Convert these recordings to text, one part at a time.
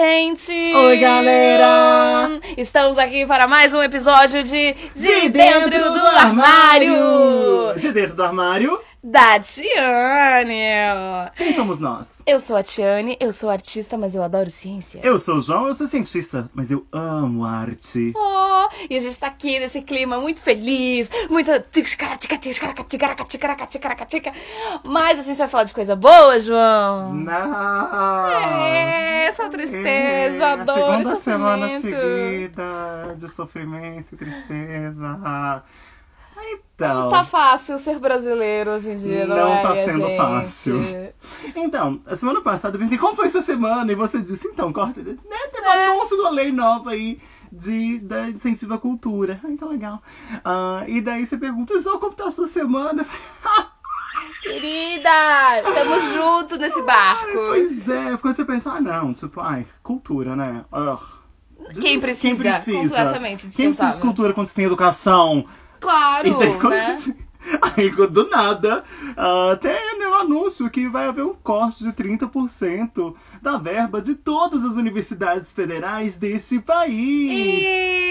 gente! Oi, galera! Estamos aqui para mais um episódio de Dentro do Armário! De Dentro do Armário, da Tiane! quem somos nós? Eu sou a Tiane, eu sou artista, mas eu adoro ciência. Eu sou o João, eu sou cientista, mas eu amo arte. E a gente tá aqui nesse clima muito feliz, muita... Mas a gente vai falar de coisa boa, João? Não! É, só tristeza, dor e segunda sofrimento. semana seguida de sofrimento e tristeza. Então, Não está fácil ser brasileiro hoje em dia, não é, tá minha sendo gente? fácil. Então, a semana passada eu perguntei como foi essa semana, e você disse, então, corta, né? Tem um anúncio de uma lei nova aí de incentivo à cultura. Ai, tá legal. E daí você pergunta, João, como tá a sua semana? Querida, estamos juntos nesse barco. Pois é, porque você pensa, não, tipo, cultura, né? Quem precisa? Completamente dispensável. Quem precisa de cultura quando você tem educação? Claro, E daí, né? Aí, do nada, tem um anúncio que vai haver um corte de 30% da verba de todas as universidades federais desse país.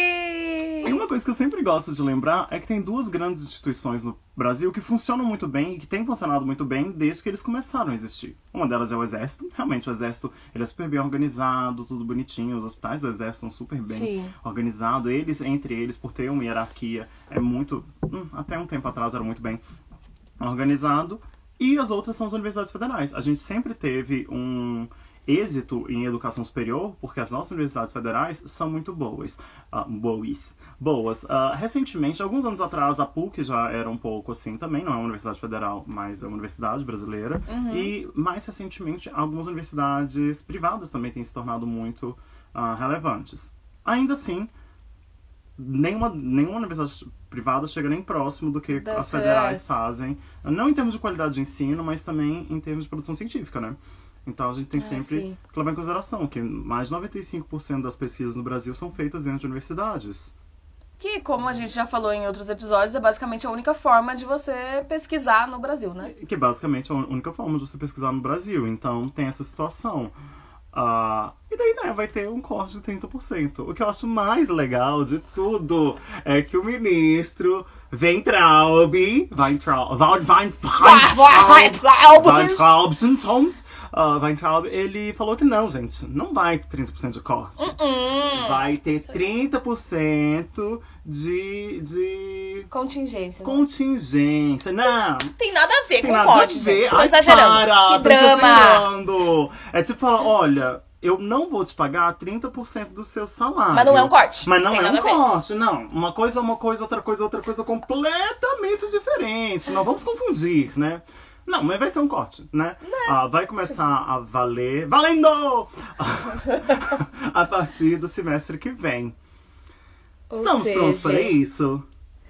E uma coisa que eu sempre gosto de lembrar é que tem duas grandes instituições no Brasil que funcionam muito bem e que têm funcionado muito bem desde que eles começaram a existir. Uma delas é o Exército. Realmente, o Exército ele é super bem organizado, tudo bonitinho. Os hospitais do Exército são super bem organizados. Entre eles, por ter uma hierarquia, é muito... até um tempo atrás era muito bem organizado. E as outras são as universidades federais. A gente sempre teve um êxito em educação superior, porque as nossas universidades federais são muito boas. Recentemente, alguns anos atrás, a PUC já era um pouco assim também, não é uma universidade federal, mas é uma universidade brasileira. E mais recentemente, algumas universidades privadas também têm se tornado muito relevantes. Ainda assim, nenhuma universidade privada chega nem próximo do que as federais fazem. Não em termos de qualidade de ensino, mas também em termos de produção científica, né? Então a gente tem sempre que levar em consideração que mais de 95% das pesquisas no Brasil são feitas dentro de universidades. Que, como a gente já falou em outros episódios, é basicamente a única forma de você pesquisar no Brasil, né? Que basicamente é a única forma de você pesquisar no Brasil. Então tem essa situação. E daí, né, vai ter um corte de 30%. O que eu acho mais legal de tudo é que o ministro Weintraub, ele falou que não, gente, não vai ter 30% de corte. Vai ter 30% de... Contingência. Contingência. Não. Tem nada a ver Tem com nada corte, a ver. gente. Tô exagerando. Que drama. Exagerando. É tipo falar, olha, eu não vou te pagar 30% do seu salário. Mas não é um corte. Mas não Tem é nada um corte, não. Uma coisa é uma coisa, outra coisa completamente diferente. Não vamos confundir, né? Não, mas vai ser um corte, né? Vai começar a valer... Valendo! A partir do semestre que vem. Estamos prontos para isso?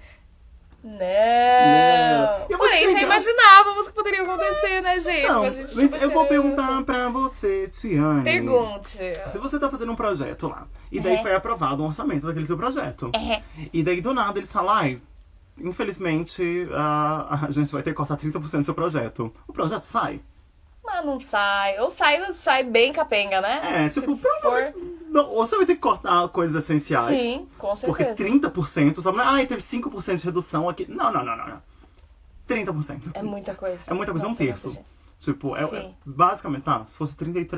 Não. Porém, já imaginávamos que poderia acontecer, né, gente? Não, mas eu vou perguntar pra você, Tiane. Pergunte. Se você tá fazendo um projeto lá, e daí foi aprovado um orçamento daquele seu projeto. E daí, do nada, eles falam, infelizmente, a gente vai ter que cortar 30% do seu projeto. O projeto sai? Mas não sai. Ou sai bem capenga, né? Ou você vai ter que cortar coisas essenciais. Sim, com certeza. Porque 30%, sabe? Teve 5% de redução aqui. Não. 30%. É muita coisa. É muita coisa, é um terço. Tipo, basicamente, se fosse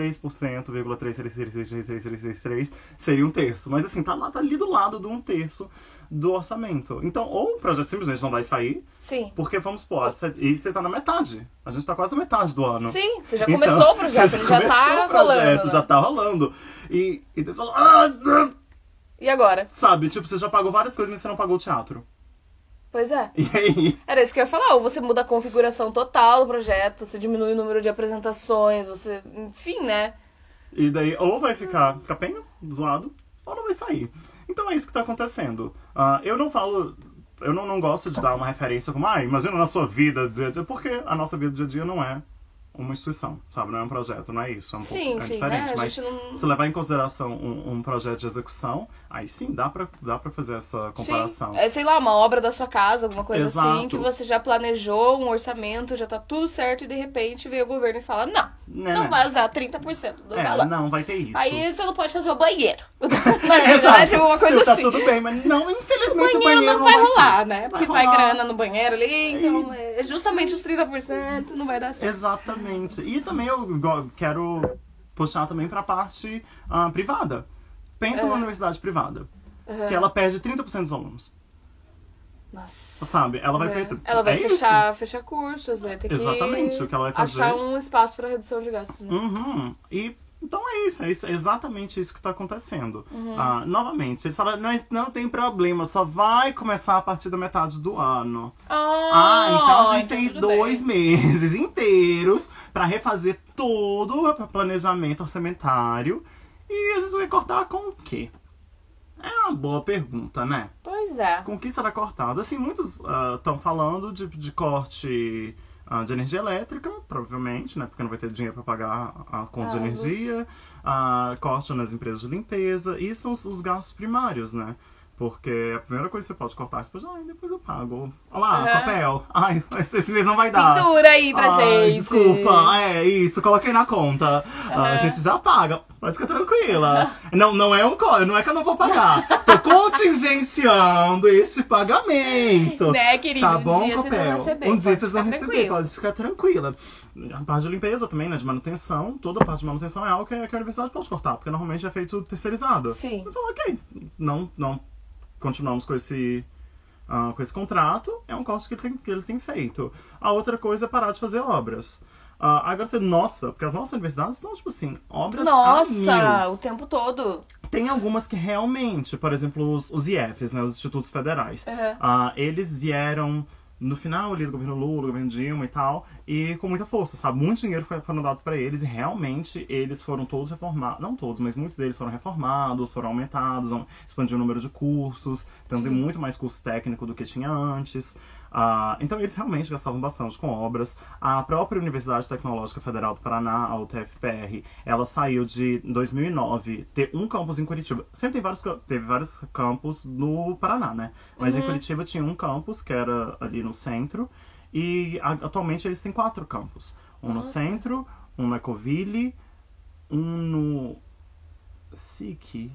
33%,3333333 seria um terço. Mas assim, tá ali do lado de um terço do orçamento. Então, ou o projeto simplesmente não vai sair. Sim. Porque, vamos supor, e você tá na metade. A gente tá quase na metade do ano. Sim, você já começou o projeto, ele já tá rolando. Já tá rolando. E você falou, e agora? Sabe, tipo, você já pagou várias coisas, mas você não pagou o teatro. Pois é. E aí? Era isso que eu ia falar. Ou você muda a configuração total do projeto, você diminui o número de apresentações, você... Enfim, né? E daí, ou vai ficar capenga, zoado, ou não vai sair. Então é isso que tá acontecendo. Eu não gosto de dar uma referência como, imagina na sua vida dia a dia, porque a nossa vida dia a dia não é uma instituição, sabe? Não é um projeto, não é isso. É um Sim, pouco, sim, diferente. né? A Mas gente não... se levar em consideração um projeto de execução, aí sim, dá pra fazer essa comparação. Sim, é, sei lá, uma obra da sua casa, alguma coisa Exato. assim, que você já planejou um orçamento, já tá tudo certo, e de repente veio o governo e fala, não vai usar 30% do valor. Não vai ter isso. Aí você não pode fazer o banheiro. Imagina, né? Tipo uma coisa Tipo, tá assim. tudo bem, mas não, infelizmente O banheiro não vai ter. rolar, né? Porque vai rolar. grana no banheiro ali, então é justamente os 30% não vai dar certo. Exatamente. E também eu quero puxar também pra parte privada. Pensa numa universidade privada. Se ela perde 30% dos alunos. Nossa. Sabe? Ela vai perder. Ela vai fechar cursos, vai ter Exatamente, que o que ela vai fazer. achar um espaço pra redução de gastos, né? Uhum. E então é exatamente isso que tá acontecendo. Novamente, eles falaram, não tem problema, só vai começar a partir da metade do ano. Então a gente tem 2 meses inteiros pra refazer todo o planejamento orçamentário. E a gente vai cortar com o quê? É uma boa pergunta, né? Pois é. Com o que será cortado? Assim, muitos estão falando de corte de energia elétrica, provavelmente, né? Porque não vai ter dinheiro para pagar a conta de energia. Corte nas empresas de limpeza. E são os gastos primários, né? Porque a primeira coisa que você pode cortar, você pode, depois eu pago. Olha lá, papel. Esse mês não vai dar. Pintura aí pra gente. Desculpa, isso, coloquei na conta. A gente já paga, pode ficar tranquila. Não é não é que eu não vou pagar. Tô contingenciando esse pagamento. Né, querido? Tá bom, dia vocês vão receber. Um dia vocês vão receber, tranquilo. pode ficar tranquila. A parte de limpeza também, né, de manutenção, toda a parte de manutenção é algo que a universidade pode cortar, porque normalmente é feito terceirizado. Sim. Eu falo, ok, não continuamos com esse contrato, é um corte que ele tem feito. A outra coisa é parar de fazer obras. Agora porque as nossas universidades estão, tipo assim, obras a mil. O tempo todo. Tem algumas que realmente, por exemplo, os IFs, né, os Institutos Federais, eles vieram no final ali do governo Lula, do governo Dilma e tal, e com muita força, sabe? Muito dinheiro foi dado pra eles e realmente eles foram todos reformados, não todos, mas muitos deles foram reformados, foram aumentados, expandiu o número de cursos, então tem muito mais curso técnico do que tinha antes. Então eles realmente gastavam bastante com obras. A própria Universidade Tecnológica Federal do Paraná, a UTFPR, ela saiu de, em 2009, ter um campus em Curitiba. Sempre teve vários campos no Paraná, né? Mas em Curitiba tinha um campus, que era ali no centro, e atualmente eles têm 4 campos. Um no centro, um no Ecoville, um no SIC,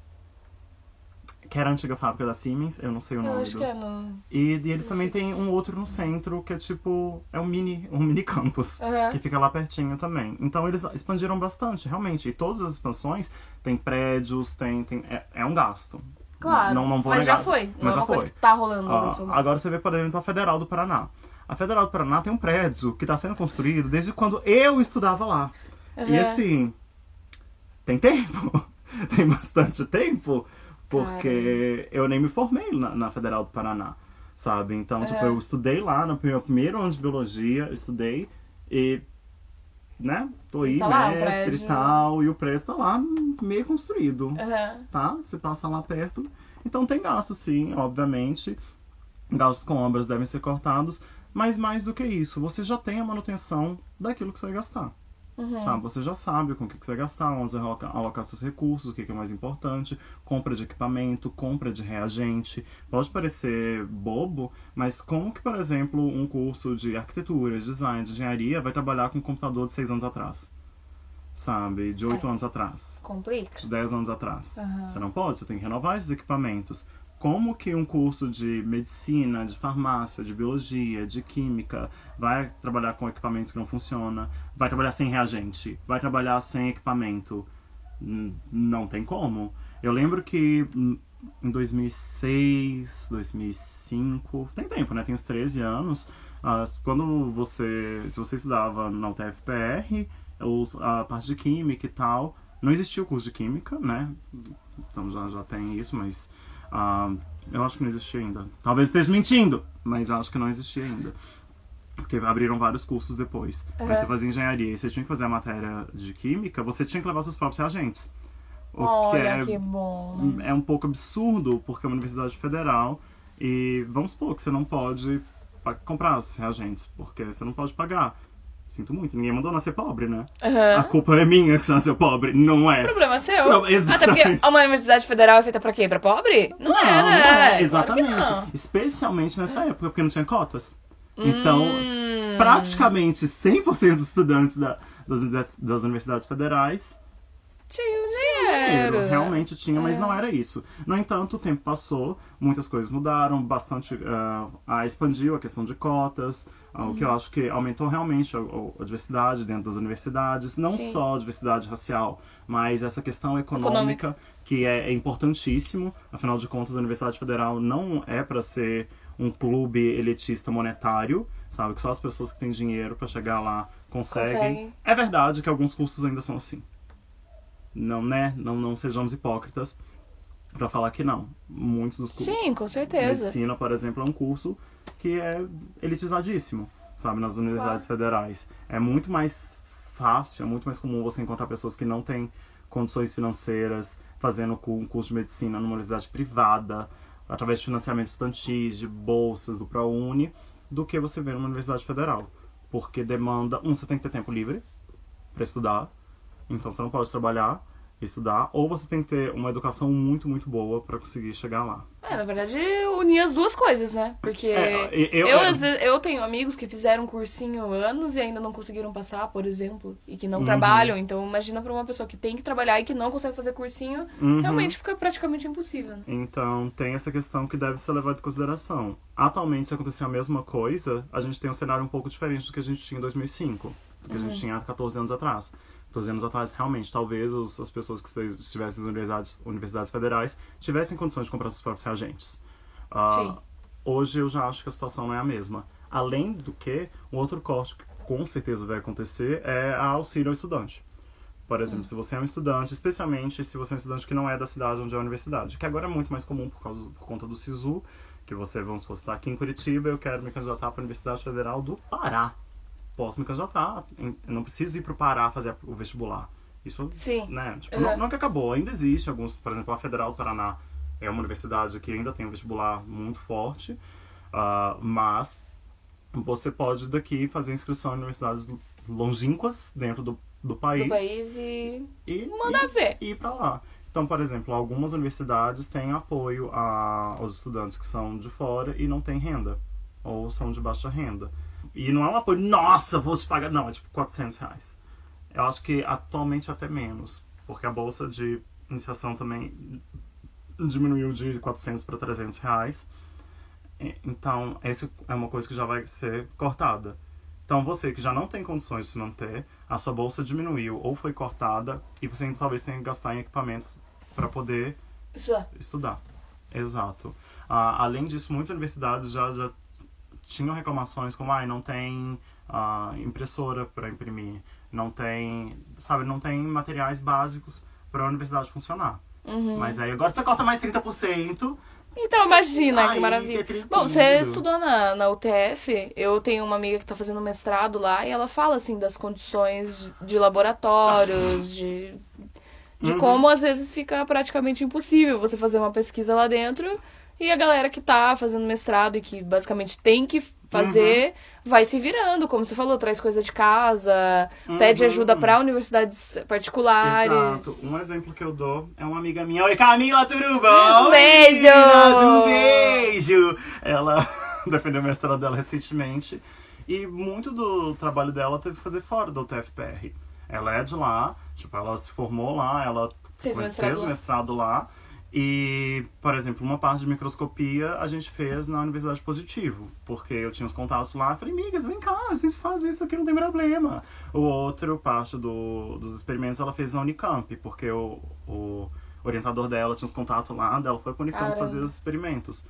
que era a antiga fábrica da Siemens, eu não sei o nome. Eu acho que é no... E eles também têm um outro no centro, que é tipo, um mini campus, que fica lá pertinho também. Então eles expandiram bastante, realmente. E todas as expansões tem prédios, é um gasto. Claro, não vou mas negar, já foi. Mas já foi. Coisa que tá rolando nesse momento. Agora você vê, por exemplo, a Federal do Paraná. A Federal do Paraná tem um prédio que está sendo construído desde quando eu estudava lá. E assim, tem tempo. Tem bastante tempo. Porque eu nem me formei na Federal do Paraná, sabe? Então, tipo, eu estudei lá no meu primeiro ano de biologia, estudei e, né, tô aí, tá mestre e tal, e o prédio tá lá meio construído, tá? Você passa lá perto. Então tem gastos, sim, obviamente. Gastos com obras devem ser cortados, mas mais do que isso, você já tem a manutenção daquilo que você vai gastar. Tá? Você já sabe com o que você vai gastar, onde você vai alocar seus recursos, o que é mais importante, compra de equipamento, compra de reagente. Pode parecer bobo, mas como que, por exemplo, um curso de arquitetura, design, de engenharia vai trabalhar com um computador de 6 anos atrás? Sabe? De 8 anos atrás. Complica. De 10 anos atrás. Você não pode, você tem que renovar esses equipamentos. Como que um curso de medicina, de farmácia, de biologia, de química vai trabalhar com equipamento que não funciona? Vai trabalhar sem reagente? Vai trabalhar sem equipamento? Não tem como. Eu lembro que em 2006, 2005, tem tempo, né? Tem uns 13 anos. Se você estudava na UTFPR, a parte de química e tal, não existia o curso de química, né? Então já tem isso, mas... eu acho que não existia ainda. Talvez esteja mentindo, mas acho que não existia ainda. Porque abriram vários cursos depois. Mas você fazia engenharia e você tinha que fazer a matéria de química, você tinha que levar seus próprios reagentes. Olha, que bom, né? É um pouco absurdo, porque é uma universidade federal e vamos supor que você não pode comprar os reagentes, porque você não pode pagar. Sinto muito, ninguém mandou nascer pobre, né? Uhum. A culpa é minha que você nasceu pobre, não é. O problema é seu. Não, exatamente. Até porque uma universidade federal é feita pra quê? Pra pobre? Não é, né? Não é, exatamente. Claro que não. Especialmente nessa época, porque não tinha cotas. Então, praticamente 100% dos estudantes das universidades federais tinha dinheiro. Realmente tinha, mas não era isso. No entanto, o tempo passou, muitas coisas mudaram, bastante expandiu a questão de cotas, o que eu acho que aumentou realmente a diversidade dentro das universidades, não só a diversidade racial, mas essa questão econômica, que é importantíssimo. Afinal de contas, a Universidade Federal não é para ser um clube elitista monetário, sabe? Que só as pessoas que têm dinheiro para chegar lá conseguem. É verdade que alguns cursos ainda são assim. Não, né? Não sejamos hipócritas pra falar que não. Muitos dos cursos. Sim, com certeza. Medicina, por exemplo, é um curso que é elitizadíssimo, sabe? Nas universidades federais. É muito mais fácil, é muito mais comum você encontrar pessoas que não têm condições financeiras fazendo um curso de medicina numa universidade privada, através de financiamentos estudantis, de bolsas do ProUni, do que você vê numa universidade federal. Porque demanda, você tem que ter tempo livre pra estudar. Então você não pode trabalhar e estudar, ou você tem que ter uma educação muito, muito boa pra conseguir chegar lá. Na verdade, unir as duas coisas, né? Porque eu tenho amigos que fizeram cursinho anos e ainda não conseguiram passar, por exemplo, e que não trabalham. Então imagina pra uma pessoa que tem que trabalhar e que não consegue fazer cursinho, realmente fica praticamente impossível, né? Então tem essa questão que deve ser levada em consideração. Atualmente, se acontecer a mesma coisa, a gente tem um cenário um pouco diferente do que a gente tinha em 2005, do que a gente tinha há 14 anos atrás. 14 anos atrás, realmente, talvez as pessoas que estivessem nas universidades federais tivessem condições de comprar seus próprios reagentes. Hoje eu já acho que a situação não é a mesma. Além do que, um outro corte que com certeza vai acontecer é a auxílio ao estudante. Por exemplo, se você é um estudante, especialmente se você é um estudante que não é da cidade onde é a universidade, que agora é muito mais comum por conta do SISU, que você, vamos supor, está aqui em Curitiba, eu quero me candidatar para a Universidade Federal do Pará. Posso me candidatar, eu não preciso ir pro Pará fazer o vestibular. Isso, né? Tipo, não é que acabou, ainda existe alguns, por exemplo, a Federal do Paraná é uma universidade que ainda tem um vestibular muito forte, mas você pode daqui fazer inscrição em universidades longínquas dentro do país. Do país e mandar ver. E ir pra lá. Então, por exemplo, algumas universidades têm apoio aos estudantes que são de fora e não têm renda, ou são de baixa renda. E não é um apoio, nossa, vou te pagar. Não, é tipo R$400. Eu acho que atualmente até menos. Porque a bolsa de iniciação também diminuiu de R$400 para R$300. Então, essa é uma coisa que já vai ser cortada. Então, você que já não tem condições de se manter, a sua bolsa diminuiu ou foi cortada e você talvez tenha que gastar em equipamentos para poder estudar. Exato. Além disso, muitas universidades já tinham reclamações como, não tem impressora para imprimir, não tem materiais básicos para a universidade funcionar. Mas aí agora você corta mais 30%. Então imagina, que maravilha. Bom, você estudou na UTF, eu tenho uma amiga que tá fazendo mestrado lá e ela fala assim das condições de laboratórios, de como às vezes fica praticamente impossível você fazer uma pesquisa lá dentro. E a galera que tá fazendo mestrado e que basicamente tem que fazer, vai se virando, como você falou, traz coisa de casa, pede ajuda pra universidades particulares. Exato. Um exemplo que eu dou é uma amiga minha. Oi, Camila, tudo bom? Um beijo! Meninas, um beijo! Ela defendeu o mestrado dela recentemente e muito do trabalho dela teve que fazer fora da UTF-PR. Ela é de lá, tipo, ela se formou lá, ela fez o mestrado lá. E, por exemplo, uma parte de microscopia a gente fez na Universidade Positivo, porque eu tinha os contatos lá e falei, amigas, vem cá, a gente faz isso aqui, não tem problema. O outro parte dos experimentos ela fez na Unicamp, porque o orientador dela tinha os contatos lá, ela foi pra Unicamp fazer os experimentos.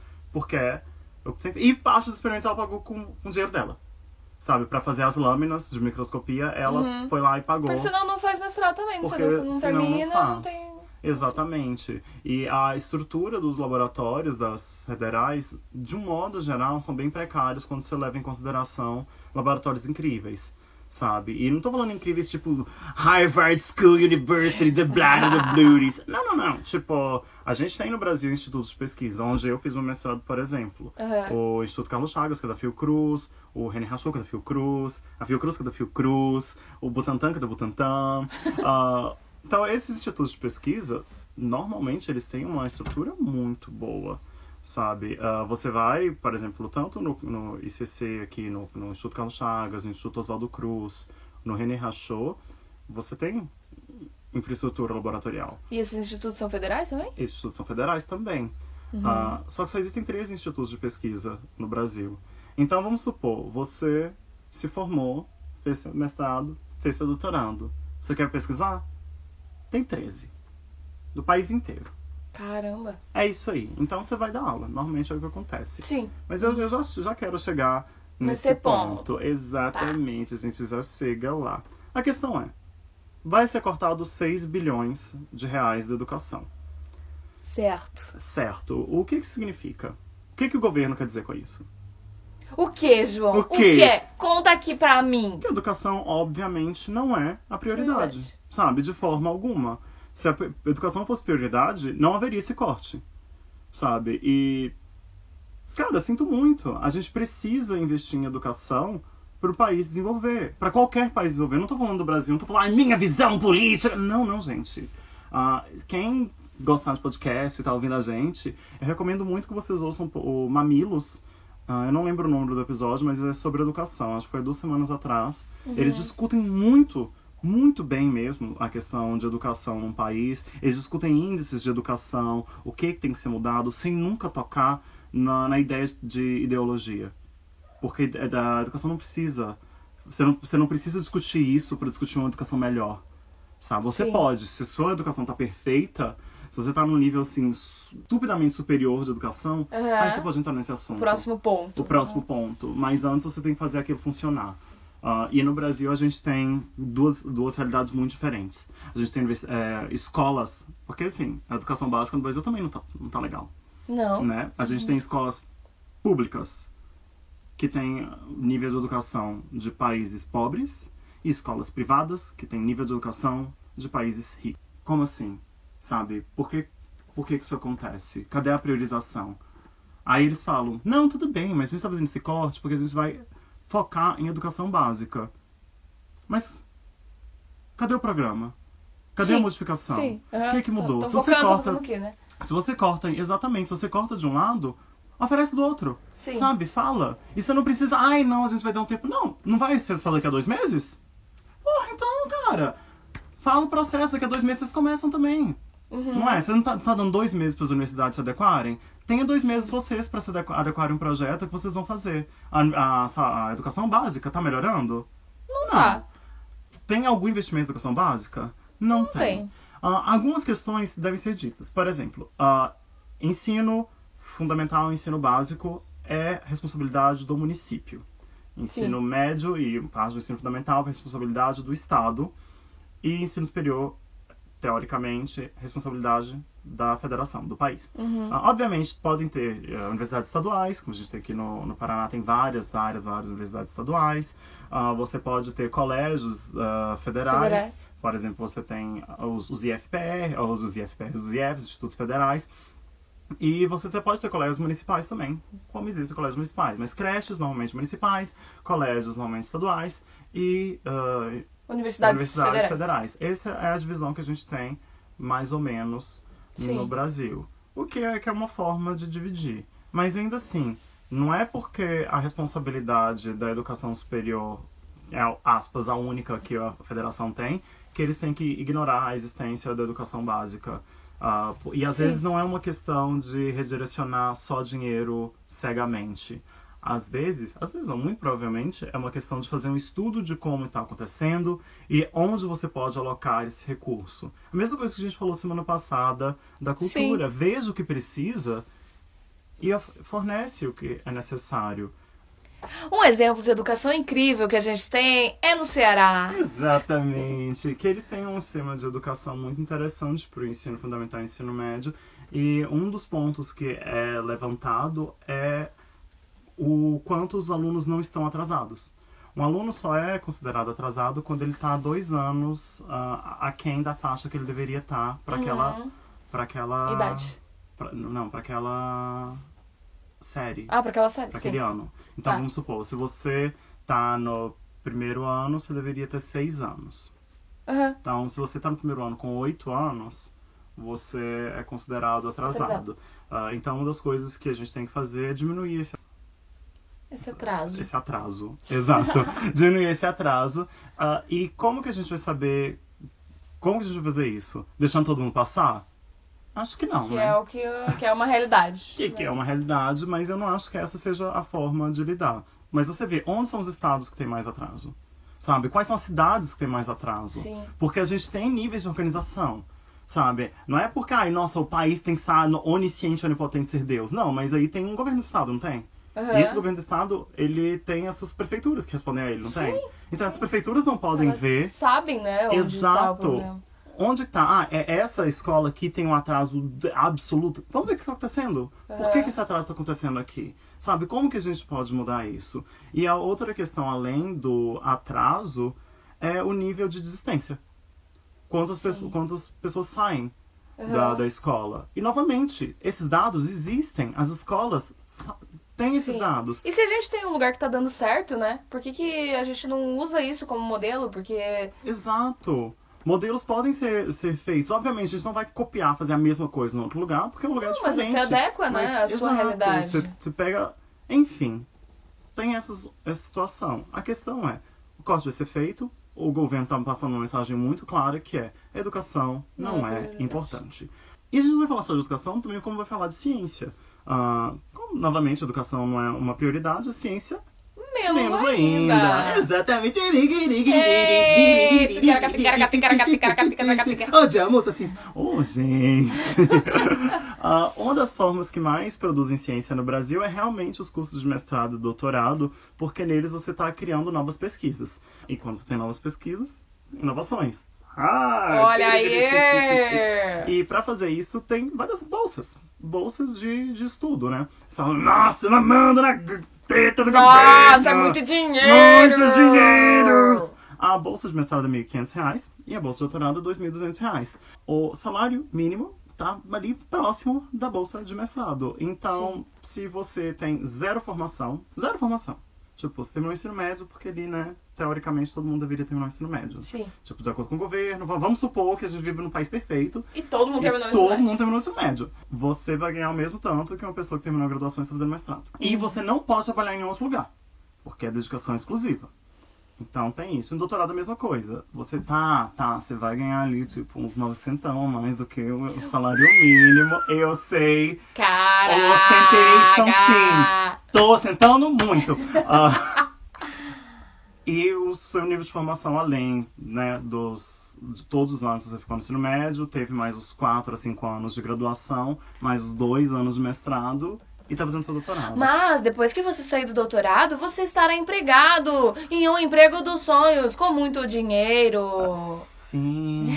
E parte dos experimentos ela pagou com o dinheiro dela. Sabe, pra fazer as lâminas de microscopia, ela foi lá e pagou. Porque senão não faz mestrado também, porque se não termina, não tem... Exatamente. E a estrutura dos laboratórios das federais, de um modo geral, são bem precários quando você leva em consideração laboratórios incríveis. sabe? E não tô falando incríveis tipo Harvard School University, the Blood of the Blues. Não. Tipo, a gente tem no Brasil institutos de pesquisa, onde eu fiz meu mestrado, por exemplo. O Instituto Carlos Chagas, que é da Fiocruz, o René Rachou, que é da Fiocruz, a Fiocruz, que é da Fiocruz, o Butantan, que é da Butantan. Então, esses institutos de pesquisa, normalmente, eles têm uma estrutura muito boa, sabe? Você vai, por exemplo, tanto no ICC aqui, no Instituto Carlos Chagas, no Instituto Oswaldo Cruz, no René Rachou, você tem infraestrutura laboratorial. E esses institutos são federais também? Esses institutos são federais também. Só que só existem 3 institutos de pesquisa no Brasil. Então, vamos supor, você se formou, fez seu mestrado, fez seu doutorado. Você quer pesquisar? Tem 13. Do país inteiro. Caramba. É isso aí. Então você vai dar aula. Normalmente é o que acontece. Sim. Mas eu já quero chegar nesse ponto. Exatamente. Tá. A gente já chega lá. A questão é, vai ser cortado 6 bilhões de reais da educação. Certo. O que significa? O que o governo quer dizer com isso? O que, João? O quê? Conta aqui pra mim. Que a educação, obviamente, não é a prioridade. Sabe? De forma alguma. Se a educação fosse prioridade, não haveria esse corte, sabe? E, cara, sinto muito. A gente precisa investir em educação para o país desenvolver. Para qualquer país desenvolver. Não tô falando do Brasil, não tô falando minha visão política. Não, gente. Quem gostar de podcast e tá ouvindo a gente, eu recomendo muito que vocês ouçam o Mamilos. Eu não lembro o nome do episódio, mas é sobre educação. Acho que foi 2 semanas atrás. Eles discutem muito bem mesmo a questão de educação num país. Eles discutem índices de educação, o que tem que ser mudado, sem nunca tocar na ideia de ideologia. Porque a educação não precisa... Você não precisa discutir isso para discutir uma educação melhor, sabe? Você pode, se sua educação tá perfeita, se você tá num nível, assim, estupidamente superior de educação, aí você pode entrar nesse assunto. O próximo ponto. Mas antes você tem que fazer aquilo funcionar. E no Brasil a gente tem duas realidades muito diferentes. A gente tem escolas, porque assim, a educação básica no Brasil também não tá legal. Não. Né? A gente tem escolas públicas que têm nível de educação de países pobres e escolas privadas que têm nível de educação de países ricos. Como assim? Sabe? Por que isso acontece? Cadê a priorização? Aí eles falam, não, tudo bem, mas a gente tá fazendo esse corte porque a gente vai focar em educação básica. Mas cadê o programa? Cadê a modificação? O que mudou? Se você corta, aqui, né? se você corta de um lado, oferece do outro. Sabe? Fala. E você não precisa, não, a gente vai dar um tempo. Não vai ser só daqui a 2 meses? Porra, então, cara, fala o processo, daqui a 2 meses vocês começam também. Não é? Você não tá dando 2 meses para as universidades se adequarem? Tenha 2 meses vocês para se adequarem um projeto que vocês vão fazer. A educação básica tá melhorando? Não tá. Tem algum investimento em educação básica? Não tem. Algumas questões devem ser ditas. Por exemplo, ensino fundamental e ensino básico é responsabilidade do município. Ensino médio e parte do ensino fundamental é responsabilidade do Estado. E ensino superior, teoricamente, responsabilidade da federação, do país. Obviamente, podem ter universidades estaduais, como a gente tem aqui no Paraná, tem várias universidades estaduais. Você pode ter colégios federais. Por exemplo, você tem os IFPR, os IFs, Institutos Federais. E você pode ter colégios municipais também, como existem colégios municipais. Mas creches, normalmente municipais, colégios, normalmente estaduais e... Universidades federais. Essa é a divisão que a gente tem, mais ou menos, no Brasil. O que é uma forma de dividir. Mas ainda assim, não é porque a responsabilidade da educação superior é, aspas, a única que a federação tem, que eles têm que ignorar a existência da educação básica. E às vezes não é uma questão de redirecionar só dinheiro cegamente. Às vezes não, muito provavelmente, é uma questão de fazer um estudo de como está acontecendo e onde você pode alocar esse recurso. A mesma coisa que a gente falou semana passada da cultura. Veja o que precisa e fornece o que é necessário. Um exemplo de educação incrível que a gente tem é no Ceará. Exatamente. Que eles têm um sistema de educação muito interessante para o ensino fundamental e ensino médio. E um dos pontos que é levantado é o quanto os alunos não estão atrasados. Um aluno só é considerado atrasado quando ele está 2 anos aquém da faixa que ele deveria estar para aquela... Idade. Para aquela série. Para aquela série, para aquele ano. Então, vamos supor, se você tá no primeiro ano, você deveria ter 6 anos. Então, se você tá no primeiro ano com 8 anos, você é considerado atrasado. Então, uma das coisas que a gente tem que fazer é diminuir esse atraso. Exato. Diminuir esse atraso. E como que a gente vai saber... Como que a gente vai fazer isso? Deixando todo mundo passar? Acho que não, né? Que é uma realidade. Que é uma realidade, mas eu não acho que essa seja a forma de lidar. Mas você vê, onde são os estados que têm mais atraso? Sabe? Quais são as cidades que têm mais atraso? Sim. Porque a gente tem níveis de organização, sabe? Não é porque, nossa, o país tem que estar onisciente, onipotente, ser Deus. Não, mas aí tem um governo do estado, não tem? E esse governo do estado, ele tem as suas prefeituras que respondem a ele, não tem? Então as prefeituras não podem ver... sabem, né, onde tá o problema. Onde tá? É essa escola aqui tem um atraso absoluto. Vamos ver o que está acontecendo. Por que esse atraso está acontecendo aqui? Sabe? Como que a gente pode mudar isso? E a outra questão, além do atraso, é o nível de desistência. Quantas pessoas saem da escola? E, novamente, esses dados existem. As escolas têm esses dados. E se a gente tem um lugar que tá dando certo, né? Por que a gente não usa isso como modelo? Porque... Exato. Modelos podem ser feitos. Obviamente, a gente não vai copiar, fazer a mesma coisa em outro lugar, porque é um lugar diferente. Mas você adequa, né, à sua realidade. Você pega... Enfim, tem essa situação. A questão é, o corte vai ser feito, o governo está passando uma mensagem muito clara, que é, a educação não é importante. E a gente não vai falar só de educação, também como vai falar de ciência. Como, novamente, a educação não é uma prioridade, a ciência... Menos ainda. Exatamente. Odiamos assim. Gente. Uma das formas que mais produzem ciência no Brasil é realmente os cursos de mestrado e doutorado, porque neles você está criando novas pesquisas. E quando você tem novas pesquisas, inovações. Olha aí! E para fazer isso tem várias bolsas. Bolsas de estudo, né? Você fala, nossa, ela manda na... Nossa, é muito dinheiro! Muitos dinheiros! A bolsa de mestrado é R$ 1.500 e a bolsa de doutorado é R$ 2.200. O salário mínimo tá ali próximo da bolsa de mestrado. Então, se você tem zero formação, tipo, você terminou o ensino médio porque ali, né, teoricamente todo mundo deveria terminar o ensino médio. Sim. Tipo, de acordo com o governo, vamos supor que a gente vive num país perfeito. E todo mundo terminou o ensino médio. Você vai ganhar o mesmo tanto que uma pessoa que terminou a graduação e está fazendo mestrado. E você não pode trabalhar em outro lugar, porque é dedicação exclusiva. Então tem isso. No doutorado é a mesma coisa. Você você vai ganhar ali, tipo, uns 900 a mais do que o salário mínimo. Eu sei. Caraca! Ostentation, sim. Tô ostentando muito. E o seu nível de formação, além, né, de todos os anos que você ficou no ensino médio, teve mais os 4 a 5 anos de graduação, mais os 2 anos de mestrado. E tá fazendo seu doutorado. Mas, depois que você sair do doutorado, você estará empregado em um emprego dos sonhos, com muito dinheiro. Sim.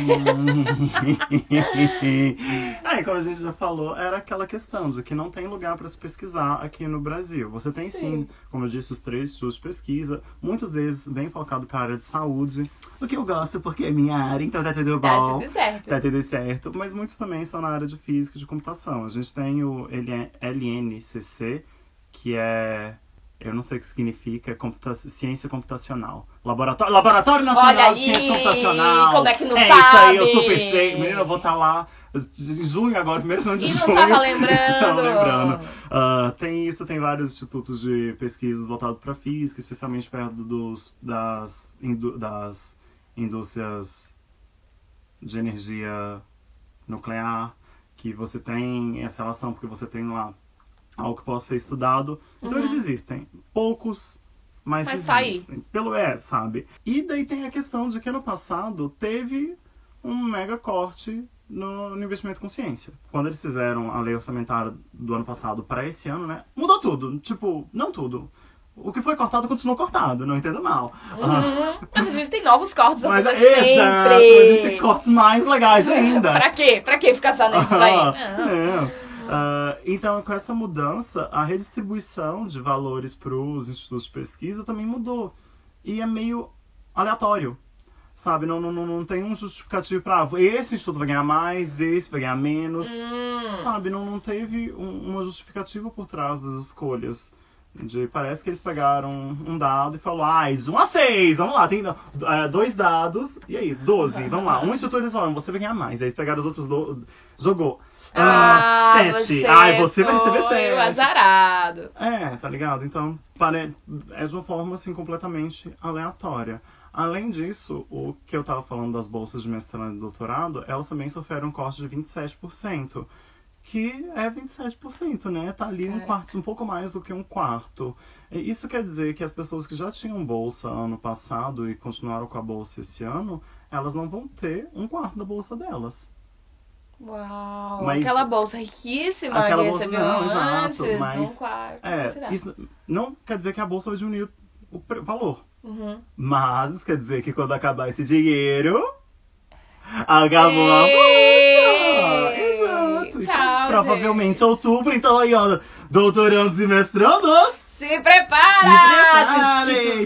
Aí, como a gente já falou, era aquela questão de que não tem lugar para se pesquisar aqui no Brasil. Você tem sim, como eu disse, os 3 institutos de pesquisa, muitos deles bem focados para a área de saúde, o que eu gosto porque é minha área, então tá tudo bom. Tá tudo certo. Tá tudo certo. Mas muitos também são na área de física e de computação. A gente tem o LNCC, que é... Eu não sei o que significa, ciência computacional. Laboratório Nacional de Ciência Computacional. Como é que não sabe? Isso aí, eu super sei. Menina, eu vou estar lá em junho agora, primeiro semana de junho. E não tava lembrando. Tava lembrando. Tem isso, tem vários institutos de pesquisas voltados para física, especialmente perto das indústrias de energia nuclear, que você tem essa relação, porque você tem lá algo que possa ser estudado. Então eles existem. Poucos, mas existem. Tá sabe? E daí tem a questão de que ano passado teve um mega corte no investimento com ciência. Quando eles fizeram a lei orçamentária do ano passado para esse ano, né? Mudou tudo. Tipo, não tudo. O que foi cortado continuou cortado, não entenda mal. Mas a gente tem novos cortes a fazer sempre. Exato, a gente tem cortes mais legais ainda. Pra quê? Pra que ficar só nesses aí? Não. Então, com essa mudança, a redistribuição de valores para os institutos de pesquisa também mudou. e é meio aleatório. Sabe, não tem um justificativo pra esse instituto vai ganhar mais, esse vai ganhar menos. Sabe, não teve uma justificativa por trás das escolhas. Parece que eles pegaram um dado e falaram, de 1 a 6, vamos lá, tem 2 dados, e é isso, 12, vamos lá. Um instituto eles falaram, você vai ganhar mais. Aí pegaram os outros, jogou. 7. Você vai receber 7. Azarado. Tá ligado? Então, é de uma forma, assim, completamente aleatória. Além disso, o que eu tava falando das bolsas de mestrado e doutorado, elas também sofreram um corte de 27%. Que é 27%, né? Tá ali um pouco mais do que um quarto. Isso quer dizer que as pessoas que já tinham bolsa ano passado e continuaram com a bolsa esse ano, elas não vão ter um quarto da bolsa delas. Uau! Mas aquela bolsa riquíssima que recebeu antes, um quarto. Isso não quer dizer que a bolsa vai diminuir o valor. Mas quer dizer que quando acabar esse dinheiro, acabou a bolsa! Exato! Tchau, provavelmente outubro, então aí, ó, doutorandos e mestrandos! Se prepara!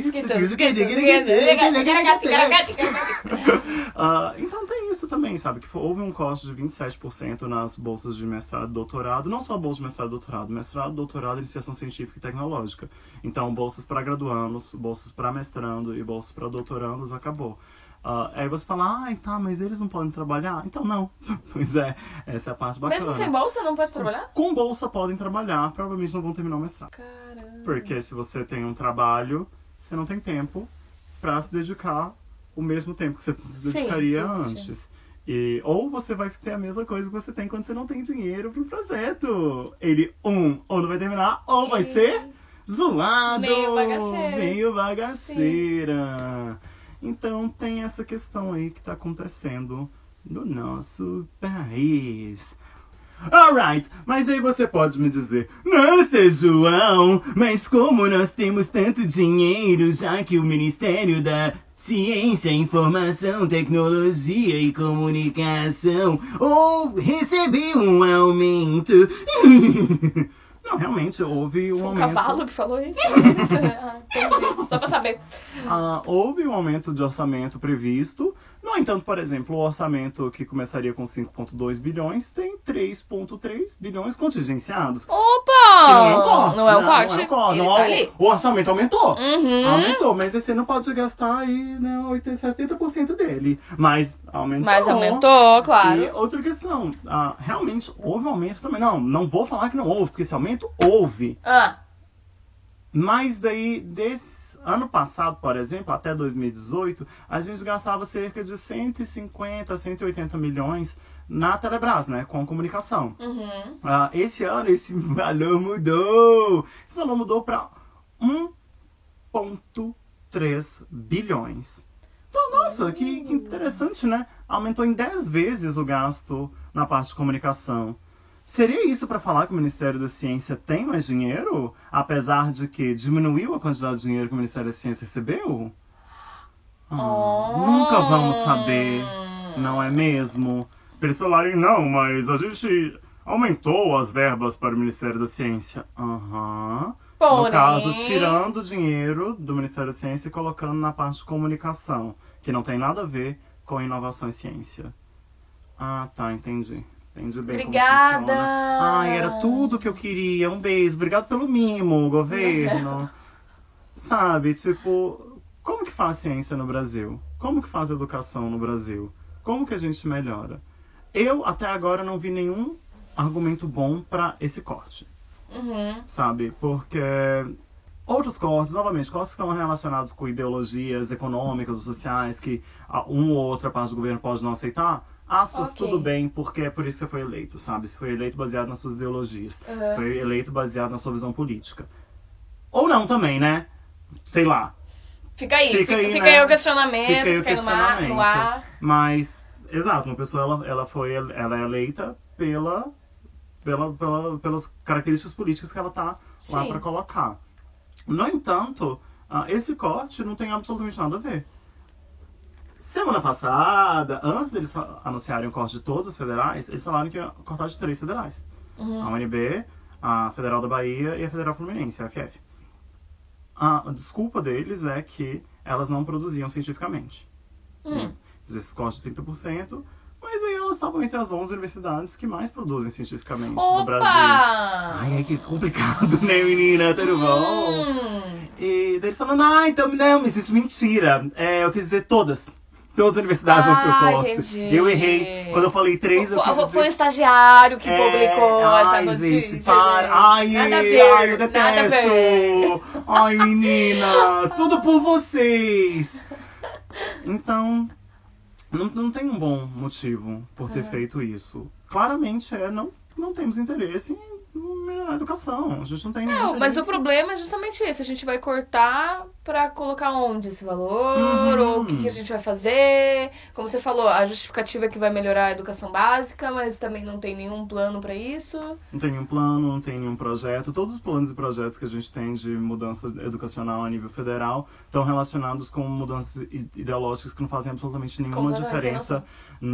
Então tem isso também, sabe? Que houve um corte de 27% nas bolsas de mestrado e doutorado. Não só bolsa de mestrado e doutorado. Mestrado, doutorado, iniciação científica e tecnológica. Então, bolsas para graduandos, bolsas para mestrando e bolsas para doutorandos, acabou. Aí você fala, mas eles não podem trabalhar? Então não. Pois é, essa é a parte bacana. Mesmo sem bolsa não pode trabalhar? Com bolsa podem trabalhar, provavelmente não vão terminar o mestrado. Caramba. Porque se você tem um trabalho, você não tem tempo pra se dedicar o mesmo tempo que você se dedicaria antes. Ou você vai ter a mesma coisa que você tem quando você não tem dinheiro pro projeto. Ele, ou não vai terminar, ou vai ser zoado. Meio bagaceira. Então tem essa questão aí que tá acontecendo no nosso país. Alright, mas daí você pode me dizer, nossa, João, mas como nós temos tanto dinheiro, já que o Ministério da Ciência, Informação, Tecnologia e Comunicação recebeu um aumento. Não, realmente houve um aumento. Foi um cavalo que falou isso? Entendi, só pra saber. Houve um aumento de orçamento previsto. No entanto, por exemplo, o orçamento que começaria com 5,2 bilhões tem 3,3 bilhões contingenciados. Opa! Que não é um corte. Não é um corte. O orçamento aumentou. Aumentou, mas você não pode gastar aí, né, 70% dele. Mas aumentou. Mas aumentou, claro. E outra questão, realmente houve um aumento também. Não vou falar que não houve, porque esse aumento houve. Mas daí, desse ano passado, por exemplo, até 2018, a gente gastava cerca de 150, 180 milhões na Telebrás, né, com comunicação. Esse ano, esse valor mudou. Esse valor mudou para 1,3 bilhões. Então, nossa, que interessante, né? Aumentou em 10 vezes o gasto na parte de comunicação. Seria isso para falar que o Ministério da Ciência tem mais dinheiro? Apesar de que diminuiu a quantidade de dinheiro que o Ministério da Ciência recebeu? Nunca vamos saber, não é mesmo? Para eles falarem, não, mas a gente aumentou as verbas para o Ministério da Ciência. No caso, tirando o dinheiro do Ministério da Ciência e colocando na parte de comunicação, que não tem nada a ver com inovação e ciência. Tá, entendi. Entendi bem. Obrigada! Como funciona. Era tudo que eu queria. Um beijo. Obrigado pelo mimo, governo. Sabe, tipo, como que faz ciência no Brasil? Como que faz educação no Brasil? Como que a gente melhora? Eu, até agora, não vi nenhum argumento bom pra esse corte. Sabe? Porque outros cortes, novamente, cortes que estão relacionados com ideologias econômicas ou sociais que uma ou outra parte do governo pode não aceitar, tudo bem, porque é por isso que você foi eleito, sabe? Você foi eleito baseado nas suas ideologias. Você foi eleito baseado na sua visão política. Ou não também, né? Sei lá. Fica aí o questionamento, fica aí no ar. Mas, exato, uma pessoa, ela é eleita pelas características políticas que ela tá lá para colocar. No entanto, esse corte não tem absolutamente nada a ver. Semana passada, antes deles anunciarem o corte de todas as federais, eles falaram que ia cortar de 3 federais. A UNB, a Federal da Bahia e a Federal Fluminense, a FF. A desculpa deles é que elas não produziam cientificamente. Esses cortes de 30%, mas aí elas estavam entre as 11 universidades que mais produzem cientificamente no Brasil. Ai, que complicado, né, menina? Tudo bom? E daí eles falando, então, não, mas isso é mentira. Eu quis dizer todas. Todas as universidades vão pro corte. Entendi. Eu errei. Quando eu falei 3, eu quis dizer... Foi o estagiário que publicou essa notícia. Gente, para. Nada a ver, eu detesto. nada a ver. Ai, meninas, tudo por vocês. Então, não tem um bom motivo por ter feito isso. Claramente não temos interesse em melhorar a educação. A gente não tem nenhum interesse. Mas o problema é justamente esse. A gente vai cortar pra colocar onde esse valor, ou o que a gente vai fazer. Como você falou, a justificativa é que vai melhorar a educação básica, mas também não tem nenhum plano pra isso. Não tem nenhum plano, não tem nenhum projeto. Todos os planos e projetos que a gente tem de mudança educacional a nível federal estão relacionados com mudanças ideológicas que não fazem absolutamente nenhuma diferença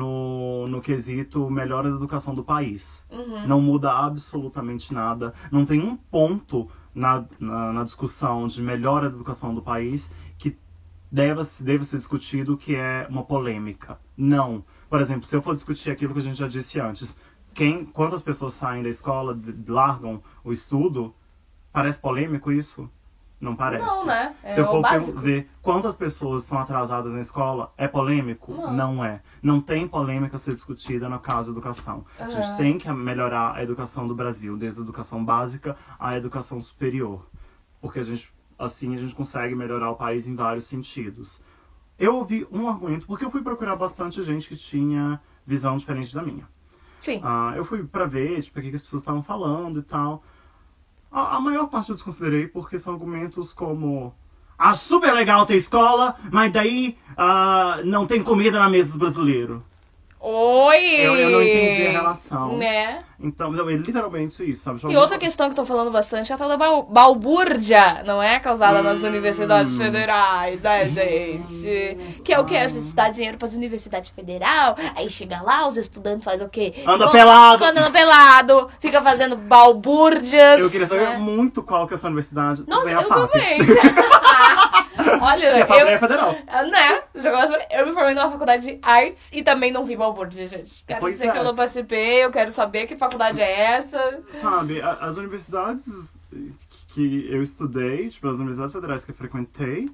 no quesito melhora da educação do país. Não muda absolutamente nada. Não tem um ponto na discussão de melhora da educação do país que deva ser discutido que é uma polêmica. Não. Por exemplo, se eu for discutir aquilo que a gente já disse antes, quantas pessoas saem da escola, largam o estudo, parece polêmico isso? Não parece. Não, né? Se eu for ver quantas pessoas estão atrasadas na escola, é polêmico? Não é. Não tem polêmica a ser discutida no caso da educação. A gente tem que melhorar a educação do Brasil, desde a educação básica à educação superior. Porque assim a gente consegue melhorar o país em vários sentidos. Eu ouvi um argumento, porque eu fui procurar bastante gente que tinha visão diferente da minha. Sim. Eu fui pra ver, o que as pessoas estavam falando e tal. A maior parte eu desconsiderei porque são argumentos como super legal ter escola, mas daí não tem comida na mesa dos brasileiros. Oi! Eu não entendi a relação. Né? Então, é literalmente isso, sabe? E outra questão que estão falando bastante é a tal da balbúrdia, não é? Causada nas universidades federais, né, gente? Que é o quê? A gente dá dinheiro pras universidades federais, aí chega lá, os estudantes fazem o quê? Anda pelado! Anda pelado, fica fazendo balbúrdias. Eu queria saber muito qual que é a sua universidade. Nossa, eu também. Olha, a FAP é federal. Né? Eu me formei numa faculdade de artes e também não vi balbúrdia, gente. Quero dizer que eu não participei, eu quero saber que faculdade é essa. Sabe, as universidades que eu estudei, tipo, as universidades federais que eu frequentei,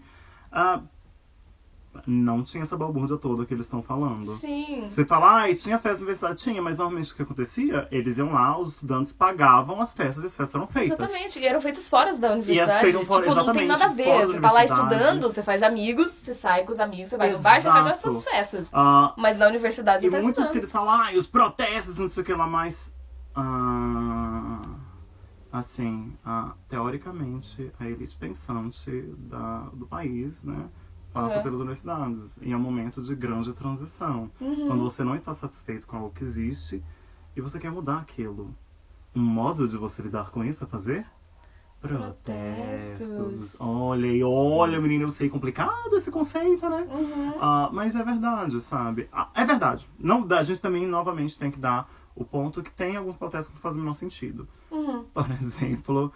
não tinha essa balbúrdia toda que eles estão falando. Sim. Você fala, tinha festa na universidade? Tinha, mas normalmente o que acontecia? Eles iam lá, os estudantes pagavam as festas e as festas eram feitas. Exatamente, e eram feitas fora da universidade. Fora, tipo, não tem nada a ver. Você tá lá estudando, você faz amigos, você sai com os amigos, você vai no bar, você faz as suas festas. Mas na universidade você tá estudando. E muitos que eles falam, e os protestos, não sei o que lá mais. Assim, teoricamente, a elite pensante do país, né? Passa pelas universidades. E é um momento de grande transição. Quando você não está satisfeito com algo que existe e você quer mudar aquilo. Um modo de você lidar com isso é fazer protestos. Olha, menina, eu sei, complicado esse conceito, né? Mas é verdade, sabe? É verdade. Não, a gente também, novamente, tem que dar o ponto que tem alguns protestos que não fazem o menor sentido. Por exemplo,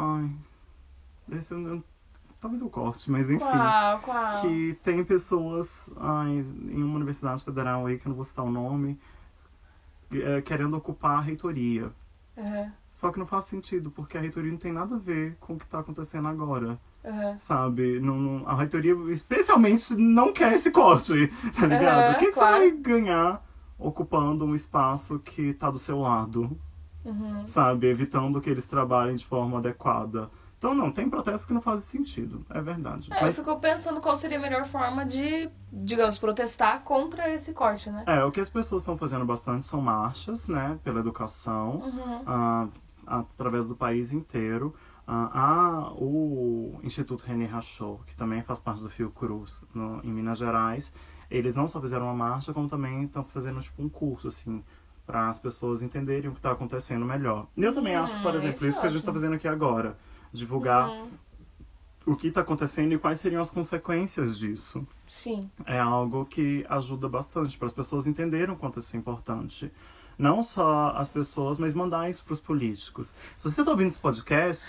talvez eu corte, mas enfim. Qual? Que tem pessoas em uma universidade federal aí, que eu não vou citar o nome, querendo ocupar a reitoria. Só que não faz sentido, porque a reitoria não tem nada a ver com o que tá acontecendo agora. Sabe? A reitoria, especialmente, não quer esse corte, tá ligado? O que você vai ganhar ocupando um espaço que tá do seu lado? Sabe? Evitando que eles trabalhem de forma adequada. Então, não, tem protestos que não fazem sentido, é verdade. Mas... Eu fico pensando qual seria a melhor forma de, digamos, protestar contra esse corte, né? O que as pessoas estão fazendo bastante são marchas, né, pela educação, através do país inteiro. Há o Instituto René Rachot, que também faz parte do Fiocruz, em Minas Gerais. Eles não só fizeram uma marcha, como também estão fazendo, tipo, um curso, assim, para as pessoas entenderem o que está acontecendo melhor. E eu também acho, por exemplo, isso que a gente está fazendo aqui agora. Divulgar o que está acontecendo e quais seriam as consequências disso. Sim. É algo que ajuda bastante para as pessoas entenderem o quanto isso é importante. Não só as pessoas, mas mandar isso para os políticos. Se você está ouvindo esse podcast,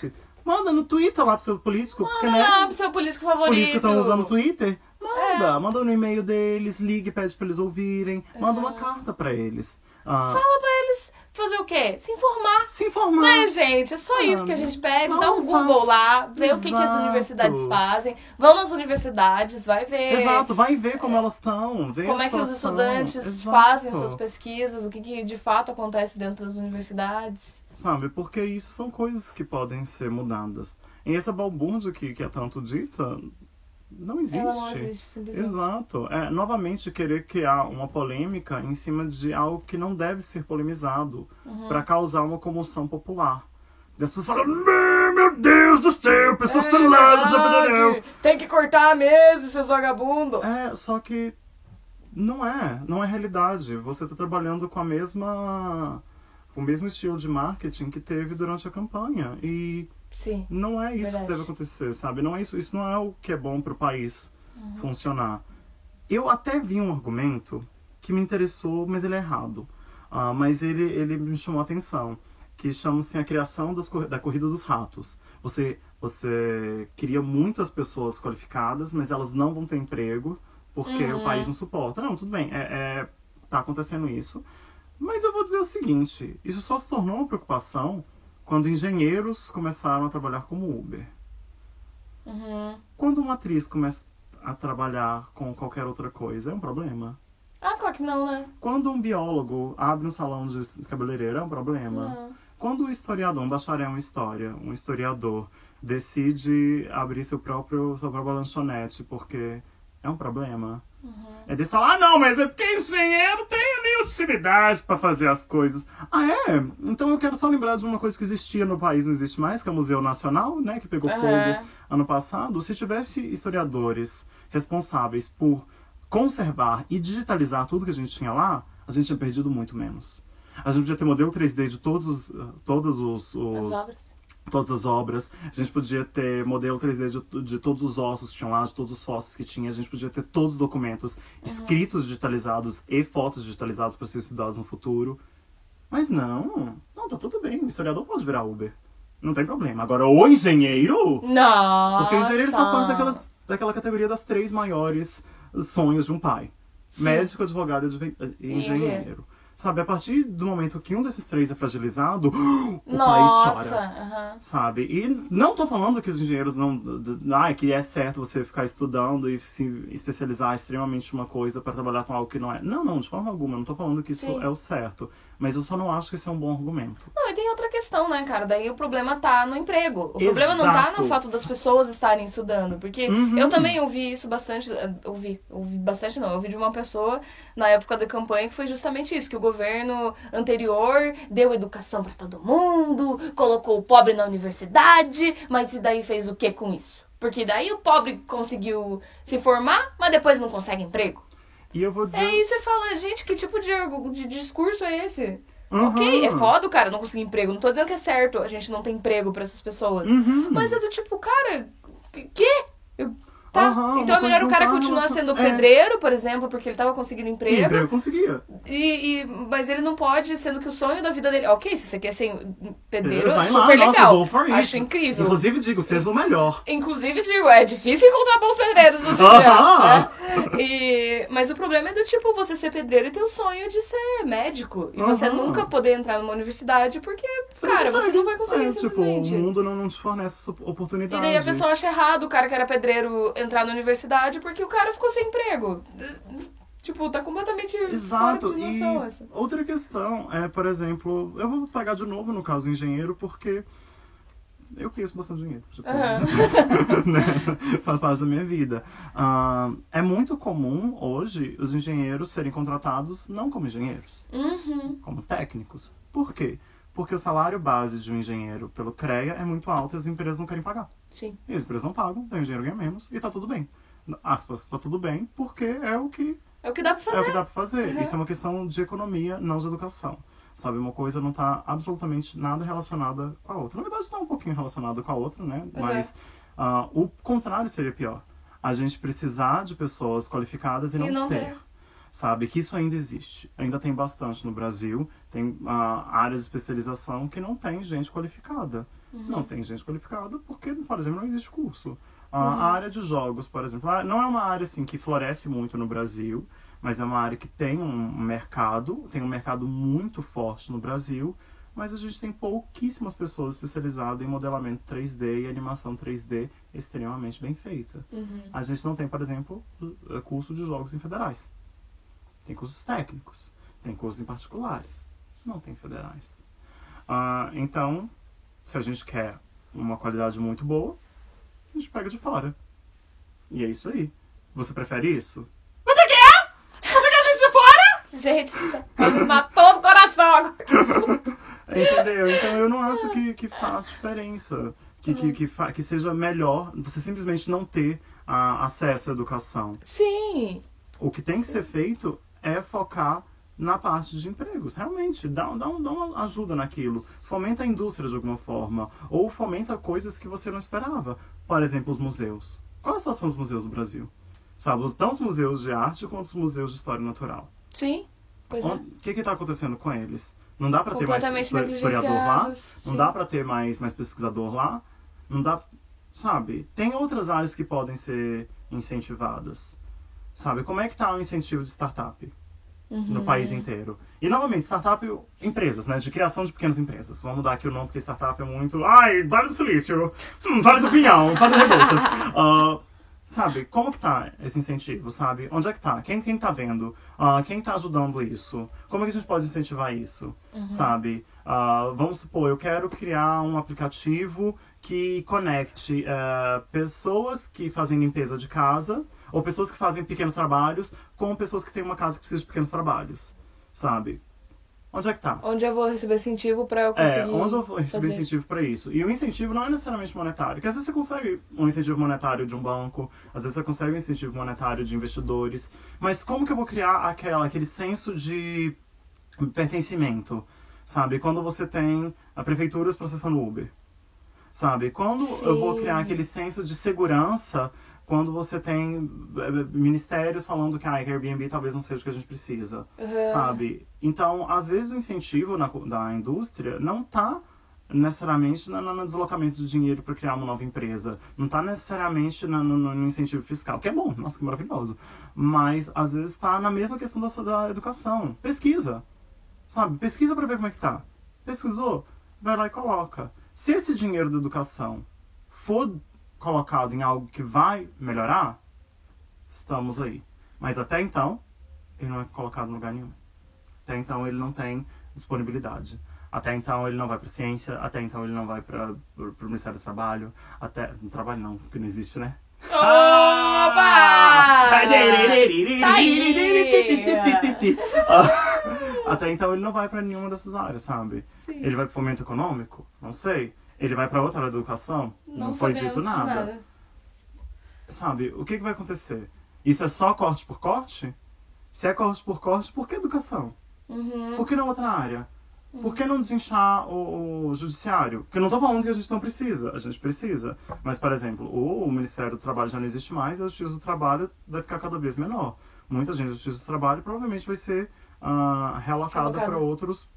Manda no Twitter lá pro seu político. Manda porque, né, lá pro seu político favorito. Os políticos estão usando o Twitter. Manda no e-mail deles, ligue, pede pra eles ouvirem. Manda uma carta pra eles. Fala pra eles fazer o quê? Se informar. Se informar. Né, gente? É só isso que a gente pede. Dá um Google lá, vê o que as universidades fazem. Vão nas universidades, vai ver. Exato, vai ver como elas estão. Como é que os estudantes fazem suas pesquisas, o que de fato acontece dentro das universidades. Sabe, porque isso são coisas que podem ser mudadas. E essa balbúrdia que é tanto dita... Não existe. Ela não existe, simplesmente. Exato. Novamente, querer criar uma polêmica em cima de algo que não deve ser polemizado pra causar uma comoção popular. E as pessoas falam, meu Deus do céu, pessoas peladas. Tem que cortar mesmo, seus vagabundos. Só que não é realidade. Você tá trabalhando com o mesmo estilo de marketing que teve durante a campanha. E sim, não é isso verdade. que deve acontecer, sabe? Não é isso não é o que é bom pro país funcionar. Eu até vi um argumento que me interessou, mas ele é errado. Mas ele me chamou a atenção, que chama-se a criação da corrida dos ratos. Você cria muitas pessoas qualificadas, mas elas não vão ter emprego, porque o país não suporta. Não, tudo bem, tá acontecendo isso. Mas eu vou dizer o seguinte, isso só se tornou uma preocupação quando engenheiros começaram a trabalhar como Uber. Quando uma atriz começa a trabalhar com qualquer outra coisa, é um problema? Claro que não, né? Quando um biólogo abre um salão de cabeleireiro, é um problema? Não. Quando um historiador, um bacharel em história, um historiador, decide abrir sua própria lanchonete porque é um problema? É de falar, não, mas é porque engenheiro tem ali utilidade pra fazer as coisas. Então eu quero só lembrar de uma coisa que existia no país, não existe mais, que é o Museu Nacional, né, que pegou fogo ano passado. Se tivesse historiadores responsáveis por conservar e digitalizar tudo que a gente tinha lá, a gente tinha perdido muito menos. A gente podia ter modelo 3D de todas as obras. A gente podia ter modelo 3D de todos os ossos que tinham lá, de todos os fósseis que tinha. A gente podia ter todos os documentos escritos digitalizados e fotos digitalizadas para ser estudados no futuro. Mas não, tá tudo bem. O historiador pode virar Uber. Não tem problema. Agora, o engenheiro... Não. Porque o engenheiro faz parte daquela categoria das 3 maiores sonhos de um pai. Sim. Médico, advogado e engenheiro. Sabe, a partir do momento que um desses 3 é fragilizado, o país chora. Sabe? E não tô falando que os engenheiros que é certo você ficar estudando e se especializar extremamente em uma coisa para trabalhar com algo que não é. Não, de forma alguma. Não tô falando que isso é o certo. Mas eu só não acho que esse é um bom argumento. Não, e tem outra questão, né, cara? Daí o problema tá no emprego. O problema não tá no fato das pessoas estarem estudando. Porque eu também ouvi isso bastante. Ouvi bastante não. Eu ouvi de uma pessoa na época da campanha que foi justamente isso. Que o governo anterior deu educação pra todo mundo, colocou o pobre na universidade, mas e daí fez o que com isso? Porque daí o pobre conseguiu se formar, mas depois não consegue emprego. E eu vou dizer... Aí você fala, gente, que tipo de discurso é esse? Ok, é foda o cara não conseguir emprego. Não tô dizendo que é certo a gente não ter emprego pra essas pessoas. Mas é do tipo, cara, quê? Então é melhor o cara continuar sendo pedreiro, por exemplo, porque ele tava conseguindo emprego. Emprego conseguia. Mas ele não pode, sendo que o sonho da vida dele... Ok, se você quer ser pedreiro, vai super lá, legal. Nossa, acho incrível. Inclusive digo, seja o melhor. Inclusive digo, é difícil encontrar bons pedreiros no dia, né? Mas o problema é do tipo, você ser pedreiro e ter o sonho de ser médico. E você nunca poder entrar numa universidade porque, você não vai conseguir simplesmente. O mundo não te fornece essa oportunidade. E daí a pessoa acha errado o cara que era pedreiro entrar na universidade porque o cara ficou sem emprego. Tipo, tá completamente fora de noção essa. Outra questão é, por exemplo, eu vou pegar de novo no caso engenheiro porque eu conheço bastante dinheiro. Tipo, né? Faz parte da minha vida. É muito comum hoje os engenheiros serem contratados não como engenheiros, como técnicos. Por quê? Porque o salário base de um engenheiro pelo CREA é muito alto e as empresas não querem pagar. Sim. E as empresas não pagam, então o engenheiro ganha menos e tá tudo bem. Aspas, tá tudo bem, porque é o que dá pra fazer. É o que dá pra fazer. Isso é uma questão de economia, não de educação. Sabe, uma coisa não tá absolutamente nada relacionada com a outra. Na verdade, tá um pouquinho relacionada com a outra, né? Mas o contrário seria pior. A gente precisar de pessoas qualificadas e não ter. sabe? Que isso ainda existe. Ainda tem bastante no Brasil. Tem áreas de especialização que não tem gente qualificada. Não tem gente qualificada porque, por exemplo, não existe curso. A área de jogos, por exemplo, não é uma área assim, que floresce muito no Brasil, mas é uma área que tem um mercado muito forte no Brasil, mas a gente tem pouquíssimas pessoas especializadas em modelamento 3D e animação 3D extremamente bem feita. A gente não tem, por exemplo, curso de jogos em federais. Tem cursos técnicos, tem cursos em particulares, não tem federais. Então, se a gente quer uma qualidade muito boa, a gente pega de fora. E é isso aí. Você prefere isso? Você quer? Você quer gente de fora? Gente, me matou no coração agora. Entendeu? Então eu não acho que faz diferença. Que seja melhor você simplesmente não ter acesso à educação. Sim. O que tem que ser feito é focar na parte de empregos. Realmente, dá uma ajuda naquilo. Fomenta a indústria de alguma forma. Ou fomenta coisas que você não esperava. Por exemplo, os museus. Qual a situação dos museus do Brasil? Sabe, tanto os museus de arte quanto os museus de história natural. Sim, pois é. O que está acontecendo com eles? Não dá para ter mais Completamente historiador lá? negligenciados, Não sim. dá para ter mais pesquisador lá? Não dá... Sabe? Tem outras áreas que podem ser incentivadas. Sabe? Como é que está o incentivo de startup? No país inteiro. E, novamente, startup, empresas, né? De criação de pequenas empresas. Vamos mudar aqui o nome, porque startup é muito... Ai, Vale do Silício, Vale do Pinhão, Vale do Rebouças. Sabe, como que tá esse incentivo, sabe? Onde é que tá? Quem tá vendo? Quem tá ajudando isso? Como é que a gente pode incentivar isso? Sabe? Vamos supor, eu quero criar um aplicativo que conecte pessoas que fazem limpeza de casa ou pessoas que fazem pequenos trabalhos com pessoas que têm uma casa que precisa de pequenos trabalhos, sabe? Onde é que tá? Onde eu vou receber incentivo pra eu conseguir onde eu vou receber incentivo pra isso. E o incentivo não é necessariamente monetário, porque às vezes você consegue um incentivo monetário de um banco, às vezes você consegue um incentivo monetário de investidores, mas como que eu vou criar aquele senso de pertencimento, sabe? Quando você tem prefeituras processando Uber, sabe? Quando eu vou criar aquele senso de segurança quando você tem ministérios falando que Airbnb talvez não seja o que a gente precisa, sabe? Então, às vezes o incentivo da indústria não está necessariamente no deslocamento de dinheiro para criar uma nova empresa, não está necessariamente no incentivo fiscal, que é bom, nossa, que maravilhoso, mas às vezes está na mesma questão da educação. Pesquisa, sabe? Pesquisa para ver como é que tá. Pesquisou? Vai lá e coloca. Se esse dinheiro da educação for colocado em algo que vai melhorar, estamos aí. Mas até então, ele não é colocado em lugar nenhum. Até então, ele não tem disponibilidade. Até então, ele não vai para ciência. Até então, ele não vai para o Ministério do Trabalho. No trabalho não, porque não existe, né? Opa! Até então, ele não vai para nenhuma dessas áreas, sabe? Sim. Ele vai para o fomento econômico? Não sei. Ele vai para outra área da educação? Não foi dito nada. Sabe, o que vai acontecer? Isso é só corte por corte? Se é corte, por que educação? Por que não outra área? Por que não desinchar o judiciário? Porque eu não estou falando que a gente não precisa. A gente precisa. Mas, por exemplo, o Ministério do Trabalho já não existe mais e a Justiça do Trabalho vai ficar cada vez menor. Muita gente da Justiça do Trabalho provavelmente vai ser realocada para outros...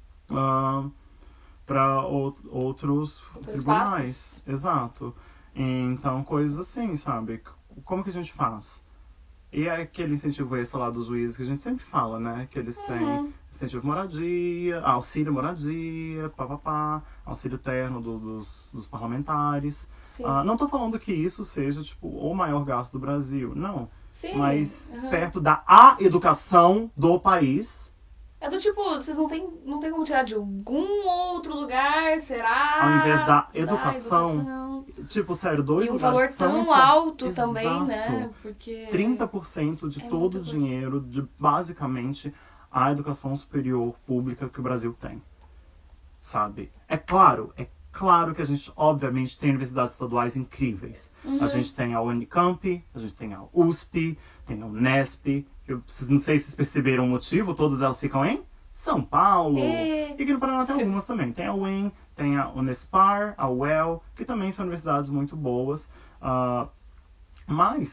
outros tribunais. Pastas. Exato. Então, coisas assim, sabe? Como que a gente faz? E é aquele incentivo extra lá dos juízes que a gente sempre fala, né? Que eles têm incentivo moradia, auxílio moradia, auxílio terno dos parlamentares. Não tô falando que isso seja, tipo, o maior gasto do Brasil, não. Sim. Mas perto da educação do país... É do tipo, vocês não tem como tirar de algum outro lugar, será? Ao invés da educação. Tipo, sério, 2 lugares. E um lugares valor são tão alto Exato. também, né? Porque 30% de todo o dinheiro de, basicamente, a educação superior pública que o Brasil tem. Sabe? É claro que a gente, obviamente, tem universidades estaduais incríveis. A gente tem a Unicamp, a gente tem a USP, tem a Unesp. Eu não sei se vocês perceberam o motivo, todas elas ficam em São Paulo. E aqui no Paraná tem algumas também. Tem a UEM, tem a Unespar, a UEL, que também são universidades muito boas. Mas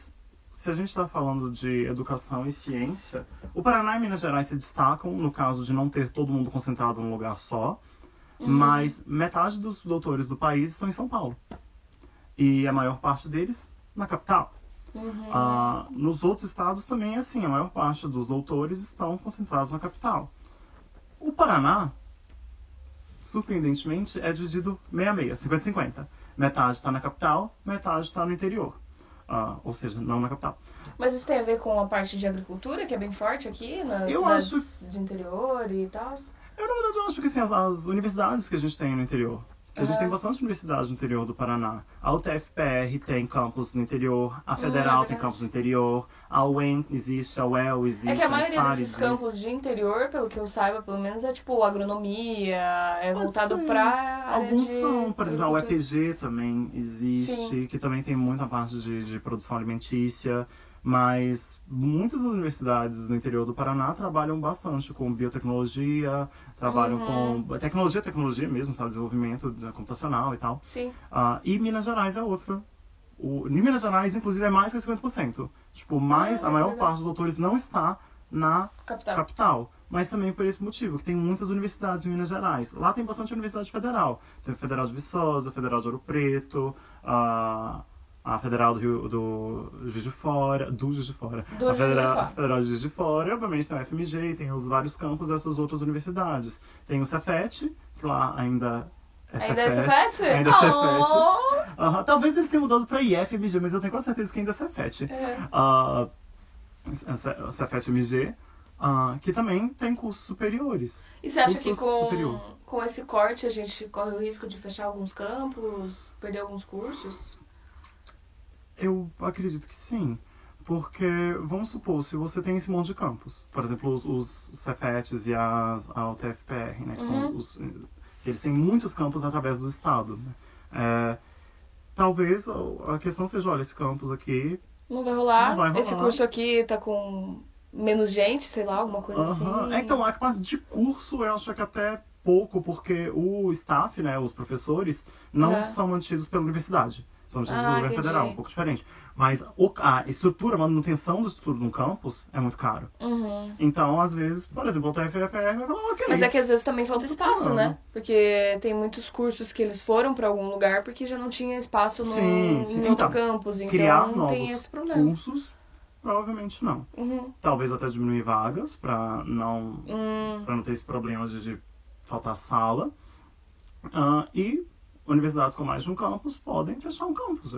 se a gente está falando de educação e ciência, o Paraná e Minas Gerais se destacam no caso de não ter todo mundo concentrado num lugar só, mas metade dos doutores do país estão em São Paulo. E a maior parte deles na capital. Nos outros estados também é assim, a maior parte dos doutores estão concentrados na capital. O Paraná, surpreendentemente, é dividido 66, 50-50. Metade está na capital, metade está no interior. Ou seja, não na capital. Mas isso tem a ver com a parte de agricultura, que é bem forte aqui, nas cidades de interior e tal? Na verdade, eu acho que assim, as universidades que a gente tem no interior. A gente tem bastante universidades no interior do Paraná. A UTF-PR tem campus no interior, a Federal tem campus no interior, a UEM existe, a UEL existe, é que a maioria desses campos de interior, pelo que eu saiba, pelo menos, é tipo agronomia, é voltado pra área alguns de são, por exemplo, a UEPG também existe, Sim. que também tem muita parte de produção alimentícia. Mas muitas universidades no interior do Paraná trabalham bastante com biotecnologia, trabalham com tecnologia mesmo, sabe? Desenvolvimento computacional e tal. Sim. E Minas Gerais é outra. Em Minas Gerais, inclusive, é mais que 50%. Tipo, a maior parte dos doutores não está na capital. Mas também por esse motivo, que tem muitas universidades em Minas Gerais. Lá tem bastante universidade federal. Tem a Federal de Viçosa, a Federal de Ouro Preto, a Federal do Juiz de Fora, a Federal de Juiz de Fora, e obviamente tem o FMG, tem os vários campos dessas outras universidades. Tem o Cefet, que lá ainda é Cefet. Ainda é Cefet. Talvez eles tenham mudado para IFMG, mas eu tenho quase certeza que ainda é Cefet. Cefet-MG, que também tem cursos superiores. E você acha que com esse corte a gente corre o risco de fechar alguns campos, perder alguns cursos? Eu acredito que sim, porque, vamos supor, se você tem esse monte de campos, por exemplo, os Cefetes e a UTF-PR, né, que são eles têm muitos campos através do estado, né? Talvez a questão seja, olha, esse campus aqui não vai rolar. Esse curso aqui tá com menos gente, sei lá, alguma coisa assim. Então, a parte de curso eu acho que até pouco, porque o staff, né, os professores, não são mantidos pela universidade. São mantidos pelo governo federal, um pouco diferente. Mas a estrutura, a manutenção da estrutura de um campus é muito caro. Então, às vezes, por exemplo, o TFFR vai falar, ok. Mas é que às vezes também falta espaço, né? Porque tem muitos cursos que eles foram pra algum lugar porque já não tinha espaço em outro campus. Então, criar novos tem esse problema. Cursos, provavelmente não. Talvez até diminuir vagas pra não ter esse problema de faltar sala. E universidades com mais de um campus podem fechar um campus.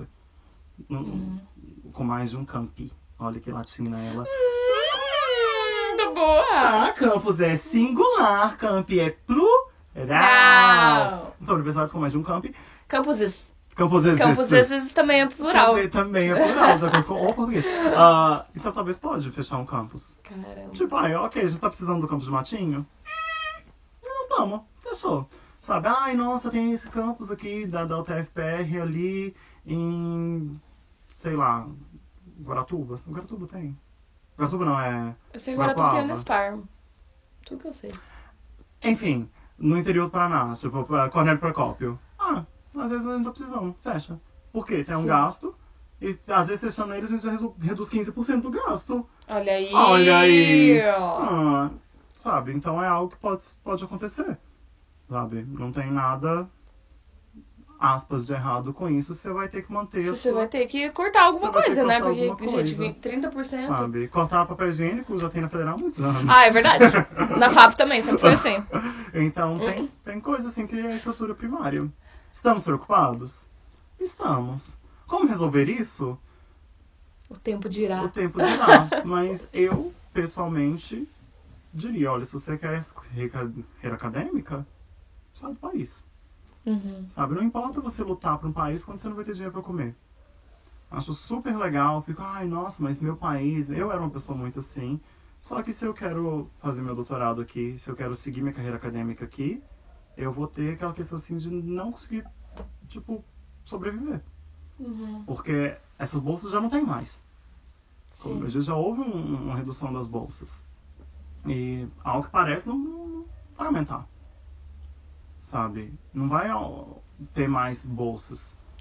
Com mais de um campi. Olha que latina ela. Tá boa! Campus é singular, campi é plural. Então, universidades com mais de um campi. Campuses também é plural. Também é plural, de acordo com o português. Então talvez pode fechar um campus. Caramba. Tipo, ok, a gente tá precisando do campus de Matinho? Não tamo, fechou. Sabe, nossa, tem esse campus aqui da UTF-PR ali em, sei lá, Guaratuba. Guaratuba tem? Guaratuba não, é... Eu sei que Guaratuba tem Unespar. Tudo que eu sei. Enfim, no interior do Paraná, tipo, Cornélio Procópio. Às vezes a gente tá precisando, fecha. Por quê? Tem um gasto, e às vezes fechando eles a gente reduz 15% do gasto. Olha aí! Sabe, então é algo que pode acontecer. Sabe, não tem nada, aspas, de errado com isso, você vai ter que manter Você vai ter que cortar alguma coisa, né? Porque, gente, 30%... Sabe, cortar papel higiênico já tem na Federal há muitos anos. É verdade. Na FAP também, sempre foi assim. Então, tem coisa assim que é a estrutura primária. Estamos preocupados? Estamos. Como resolver isso? O tempo dirá. Mas eu, pessoalmente, diria, olha, se você quer carreira acadêmica, sai do país. Sabe, não importa você lutar para um país quando você não vai ter dinheiro para comer. Acho super legal, fico, nossa, mas meu país, eu era uma pessoa muito assim. Só que se eu quero fazer meu doutorado aqui, se eu quero seguir minha carreira acadêmica aqui, eu vou ter aquela questão assim de não conseguir, tipo, sobreviver. Porque essas bolsas já não tem mais. Sim. Já houve uma redução das bolsas. E, ao que parece, não vai aumentar. Sabe? Não vai ter mais bolsas.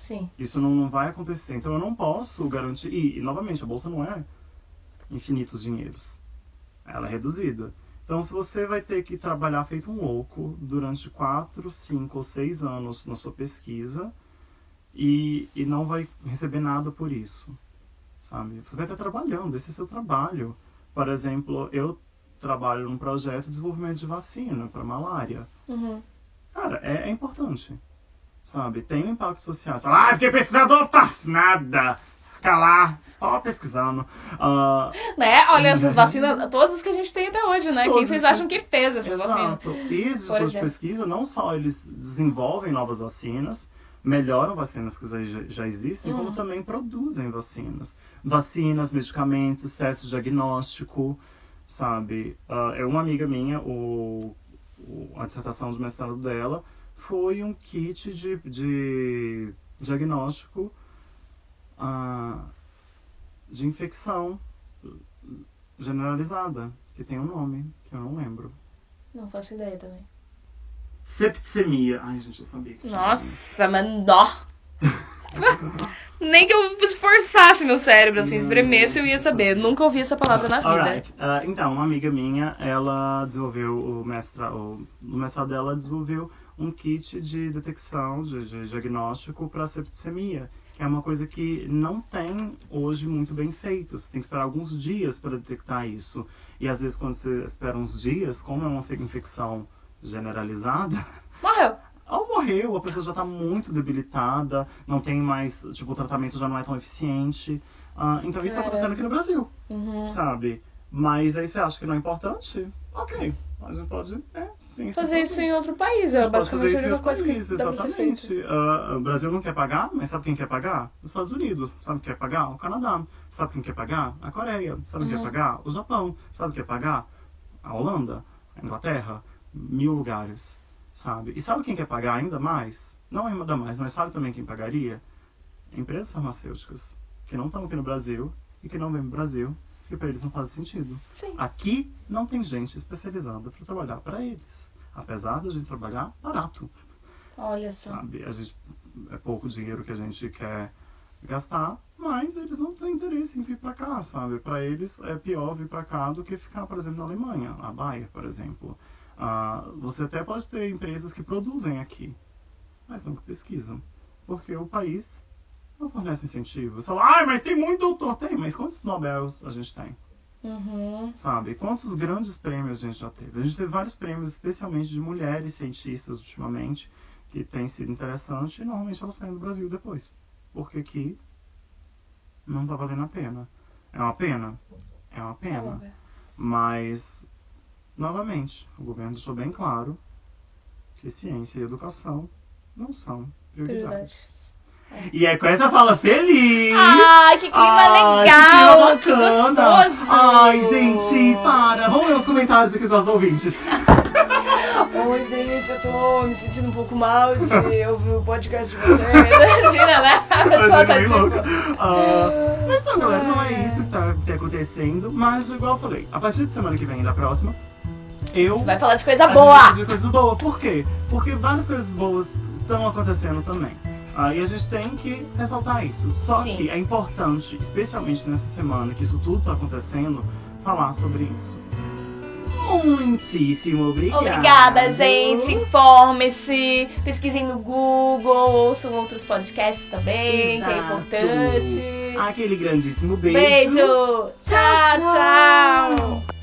Sim. Isso não vai acontecer. Então eu não posso garantir. E novamente, a bolsa não é infinitos dinheiros. Ela é reduzida. Então, se você vai ter que trabalhar feito um louco durante 4, 5 ou 6 anos na sua pesquisa e não vai receber nada por isso, sabe? Você vai estar trabalhando, esse é seu trabalho. Por exemplo, eu trabalho num projeto de desenvolvimento de vacina para malária. Uhum. Cara, é importante, sabe? Tem um impacto social. Você fala, porque pesquisador faz nada. Fica lá, só pesquisando. Né? Olha, essas vacinas, todas as que a gente tem até hoje, né? Quem vocês acham que fez essas vacinas? E esses institutos de pesquisa, não só eles desenvolvem novas vacinas, melhoram vacinas que já existem, como também produzem vacinas. Vacinas, medicamentos, testes de diagnóstico, sabe? Uma amiga minha, a dissertação de mestrado dela foi um kit de diagnóstico de infecção generalizada, que tem um nome, que eu não lembro. Não faço ideia também. Septicemia. Ai, gente, eu sabia que Nossa, mas dó! Nem que eu esforçasse meu cérebro, assim, espremesse, eu ia saber. Nunca ouvi essa palavra na vida. Alright. Então, uma amiga minha, ela desenvolveu no mestrado dela, desenvolveu um kit de detecção, de diagnóstico para septicemia, que é uma coisa que não tem hoje muito bem feito. Você tem que esperar alguns dias para detectar isso. E às vezes quando você espera uns dias, como é uma infecção generalizada... Morreu! Ou morreu, a pessoa já está muito debilitada, não tem mais, tipo, o tratamento já não é tão eficiente. Então isso está acontecendo aqui no Brasil, sabe? Mas aí você acha que não é importante? Ok, a gente pode fazer isso em outro país, é basicamente a única coisa que dá pra ser feito. O Brasil não quer pagar, mas sabe quem quer pagar? Os Estados Unidos. Sabe quem quer pagar? O Canadá. Sabe quem quer pagar? A Coreia. Sabe quem quer pagar? O Japão. Sabe quem quer pagar? A Holanda, a Inglaterra, 1000 lugares. Sabe? E sabe quem quer pagar ainda mais? Não ainda mais, mas sabe também quem pagaria? Empresas farmacêuticas, que não estão aqui no Brasil e que não vêm pro Brasil, porque para eles não faz sentido. Sim. Aqui não tem gente especializada para trabalhar para eles. Apesar de a gente trabalhar barato. Olha só. Sabe? É pouco dinheiro que a gente quer gastar, mas eles não têm interesse em vir para cá, sabe? Para eles é pior vir para cá do que ficar, por exemplo, na Alemanha, a Bayer, por exemplo. Você até pode ter empresas que produzem aqui, mas não que pesquisam, porque o país não fornece incentivo. Você fala, mas tem muito doutor. Tem, mas quantos Nobels a gente tem? Sabe? Quantos grandes prêmios a gente já teve? A gente teve vários prêmios, especialmente de mulheres cientistas ultimamente, que tem sido interessante, e normalmente elas saem do Brasil depois, porque aqui não tá valendo a pena. É uma pena? É uma pena. Mas... novamente, o governo deixou bem claro que ciência e educação não são prioridades. E é com essa fala feliz! Ai, que clima legal! Que gostoso! Ai, gente, para! Vamos ver os comentários aqui dos nossos ouvintes. Oi, gente, eu tô me sentindo um pouco mal de ouvir o podcast de vocês. Imagina, né? A pessoa tá tipo... mas não, galera, não é isso que tá acontecendo. Mas, igual eu falei, a partir de semana que vem, da próxima, você vai falar de coisa boa! De coisas boas. Por quê? Porque várias coisas boas estão acontecendo também. E a gente tem que ressaltar isso. Só que é importante, especialmente nessa semana que isso tudo está acontecendo, falar sobre isso. Muitíssimo obrigada. Obrigada, gente. Informe-se, pesquisem no Google, ouçam outros podcasts também, que é importante. Aquele grandíssimo beijo. Beijo. Tchau, tchau.